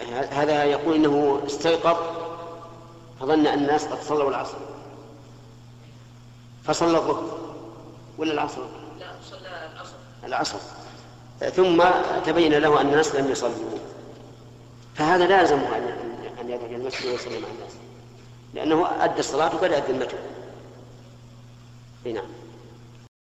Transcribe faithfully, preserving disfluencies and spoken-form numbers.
هذا يقول إنه استيقظ فظن أن الناس قد صلوا العصر فصلى الظهر ولا العصر؟ لا، صلى العصر. العصر ثم تبين له أن الناس لم يصلوا، فهذا لازمه أن يذهب إلى المسجد ويصلي مع الناس، لأنه أدى الصلاة وبدأت ذمته. نعم.